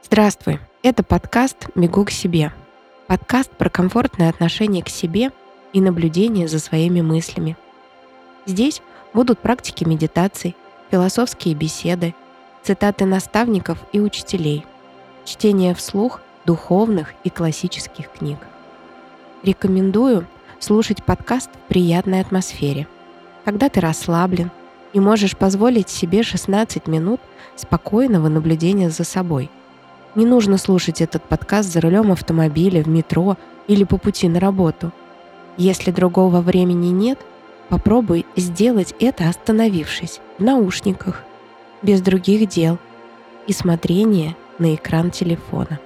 Здравствуй! Это подкаст «Бегу к себе». Подкаст про комфортное отношение к себе и наблюдение за своими мыслями. Здесь будут практики медитаций, философские беседы, цитаты наставников и учителей, чтение вслух духовных и классических книг. Рекомендую слушать подкаст в приятной атмосфере, когда ты расслаблен и можешь позволить себе 16 минут спокойного наблюдения за собой. Не нужно слушать этот подкаст за рулем автомобиля, в метро или по пути на работу. Если другого времени нет, попробуй сделать это, остановившись в наушниках, без других дел и смотрения на экран телефона.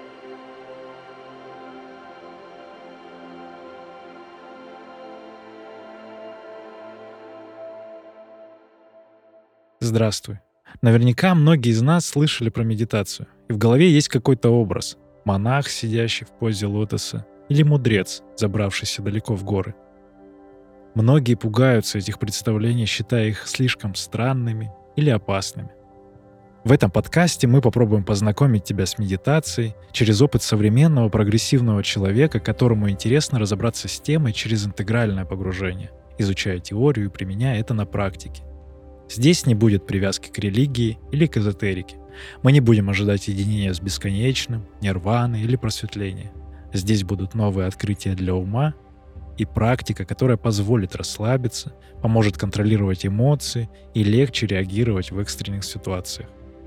Здравствуй. Наверняка многие из нас слышали про медитацию, и в голове есть какой-то образ. Монах, сидящий в позе лотоса, или мудрец, забравшийся далеко в горы. Многие пугаются этих представлений, считая их слишком странными или опасными. В этом подкасте мы попробуем познакомить тебя с медитацией через опыт современного прогрессивного человека, которому интересно разобраться с темой через интегральное погружение, изучая теорию и применяя это на практике. Здесь не будет привязки к религии или к эзотерике. Мы не будем ожидать единения с бесконечным, нирваны или просветления. Здесь будут новые открытия для ума и практика, которая позволит расслабиться, поможет контролировать эмоции и легче реагировать в экстренных ситуациях.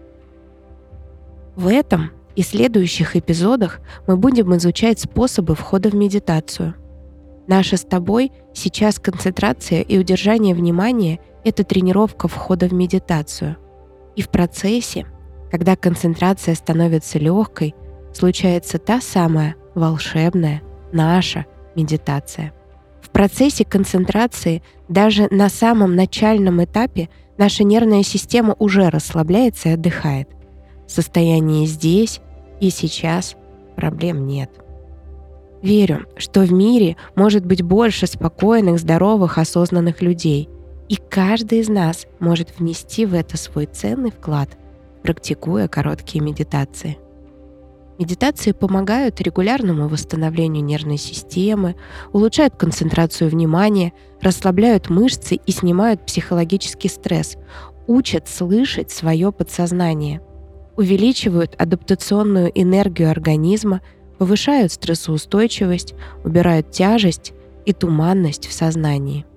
В этом и следующих эпизодах мы будем изучать способы входа в медитацию. Наша с тобой сейчас концентрация и удержание внимания — это тренировка входа в медитацию. И в процессе, когда концентрация становится легкой, случается та самая волшебная наша медитация. В процессе концентрации даже на самом начальном этапе наша нервная система уже расслабляется и отдыхает. В состоянии здесь и сейчас проблем нет. Верю, что в мире может быть больше спокойных, здоровых, осознанных людей, и каждый из нас может внести в это свой ценный вклад, практикуя короткие медитации. Медитации помогают регулярному восстановлению нервной системы, улучшают концентрацию внимания, расслабляют мышцы и снимают психологический стресс, учат слышать свое подсознание, увеличивают адаптационную энергию организма, повышают стрессоустойчивость, убирают тяжесть и туманность в сознании.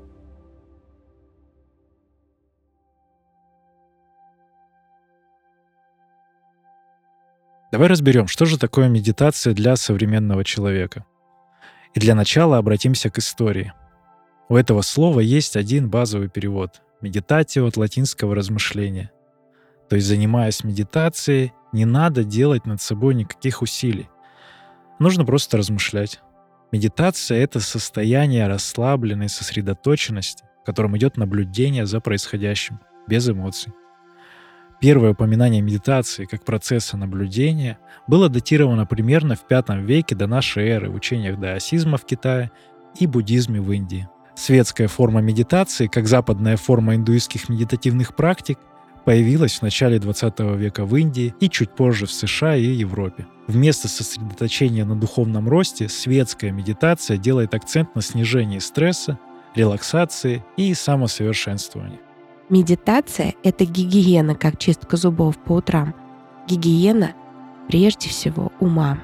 Давай разберем, что же такое медитация для современного человека. И для начала обратимся к истории. У этого слова есть один базовый перевод — «медитатио» от латинского «размышления». То есть, занимаясь медитацией, не надо делать над собой никаких усилий. Нужно просто размышлять. Медитация — это состояние расслабленной сосредоточенности, в котором идет наблюдение за происходящим, без эмоций. Первое упоминание медитации как процесса наблюдения было датировано примерно в V веке до нашей эры в учениях даосизма в Китае и буддизме в Индии. Светская форма медитации, как западная форма индуистских медитативных практик, появилась в начале XX века в Индии и чуть позже в США и Европе. Вместо сосредоточения на духовном росте светская медитация делает акцент на снижении стресса, релаксации и самосовершенствовании. Медитация — это гигиена, как чистка зубов по утрам. Гигиена прежде всего ума.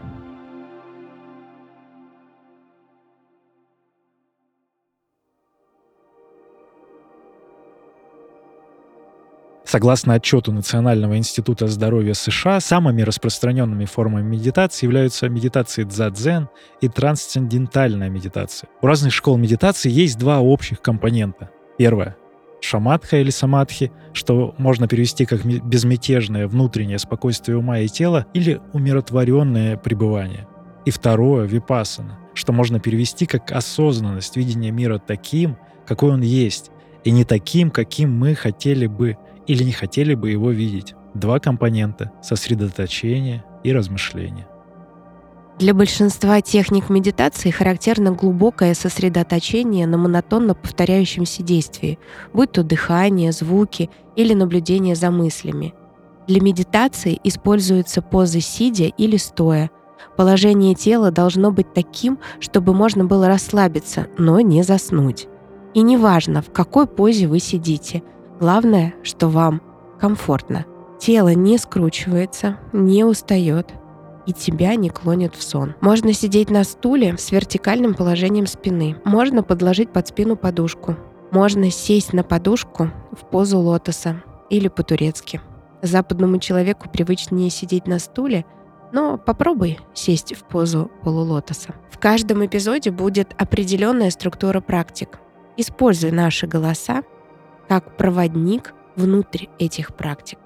Согласно отчету Национального института здоровья США, самыми распространенными формами медитации являются медитации дзадзен и трансцендентальная медитация. У разных школ медитации есть два общих компонента. Первое — шаматха или самадхи, что можно перевести как безмятежное внутреннее спокойствие ума и тела или умиротворенное пребывание. И второе — випассана, что можно перевести как осознанность видения мира таким, какой он есть, и не таким, каким мы хотели бы или не хотели бы его видеть. Два компонента — сосредоточение и размышление. Для большинства техник медитации характерно глубокое сосредоточение на монотонно повторяющемся действии, будь то дыхание, звуки или наблюдение за мыслями. Для медитации используются позы сидя или стоя. Положение тела должно быть таким, чтобы можно было расслабиться, но не заснуть. И неважно, в какой позе вы сидите, главное, что вам комфортно. Тело не скручивается, не устает и тебя не клонит в сон. Можно сидеть на стуле с вертикальным положением спины. Можно подложить под спину подушку. Можно сесть на подушку в позу лотоса или по-турецки. Западному человеку привычнее сидеть на стуле, но попробуй сесть в позу полулотоса. В каждом эпизоде будет определенная структура практик. Используй наши голоса как проводник внутрь этих практик.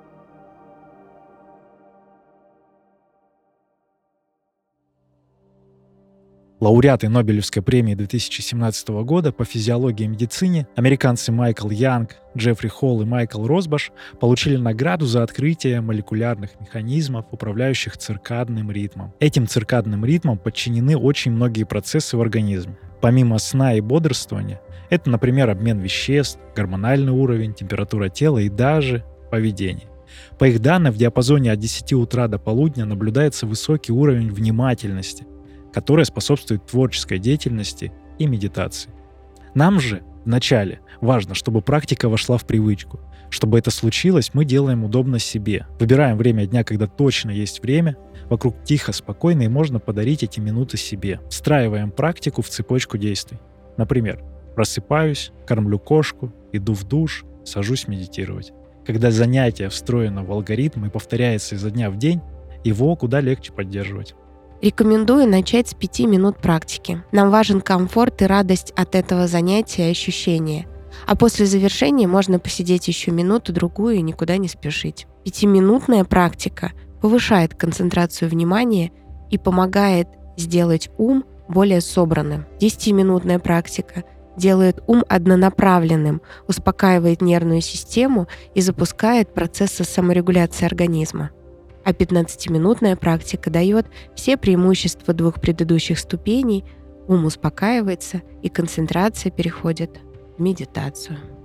Лауреаты Нобелевской премии 2017 года по физиологии и медицине, американцы Майкл Янг, Джеффри Холл и Майкл Росбаш, получили награду за открытие молекулярных механизмов, управляющих циркадным ритмом. Этим циркадным ритмам подчинены очень многие процессы в организме. Помимо сна и бодрствования, это, например, обмен веществ, гормональный уровень, температура тела и даже поведение. По их данным, в диапазоне от 10 утра до полудня наблюдается высокий уровень внимательности, которая способствует творческой деятельности и медитации. Нам же вначале важно, чтобы практика вошла в привычку. Чтобы это случилось, мы делаем удобно себе. Выбираем время дня, когда точно есть время, вокруг тихо, спокойно, и можно подарить эти минуты себе. Встраиваем практику в цепочку действий. Например, просыпаюсь, кормлю кошку, иду в душ, сажусь медитировать. Когда занятие встроено в алгоритм и повторяется изо дня в день, его куда легче поддерживать. Рекомендую начать с 5 минут практики. Нам важен комфорт и радость от этого занятия и ощущения. А после завершения можно посидеть еще минуту-другую и никуда не спешить. 5-минутная практика повышает концентрацию внимания и помогает сделать ум более собранным. 10-минутная практика делает ум однонаправленным, успокаивает нервную систему и запускает процессы саморегуляции организма. А 15-минутная практика дает все преимущества 2 предыдущих ступеней, ум успокаивается и концентрация переходит в медитацию.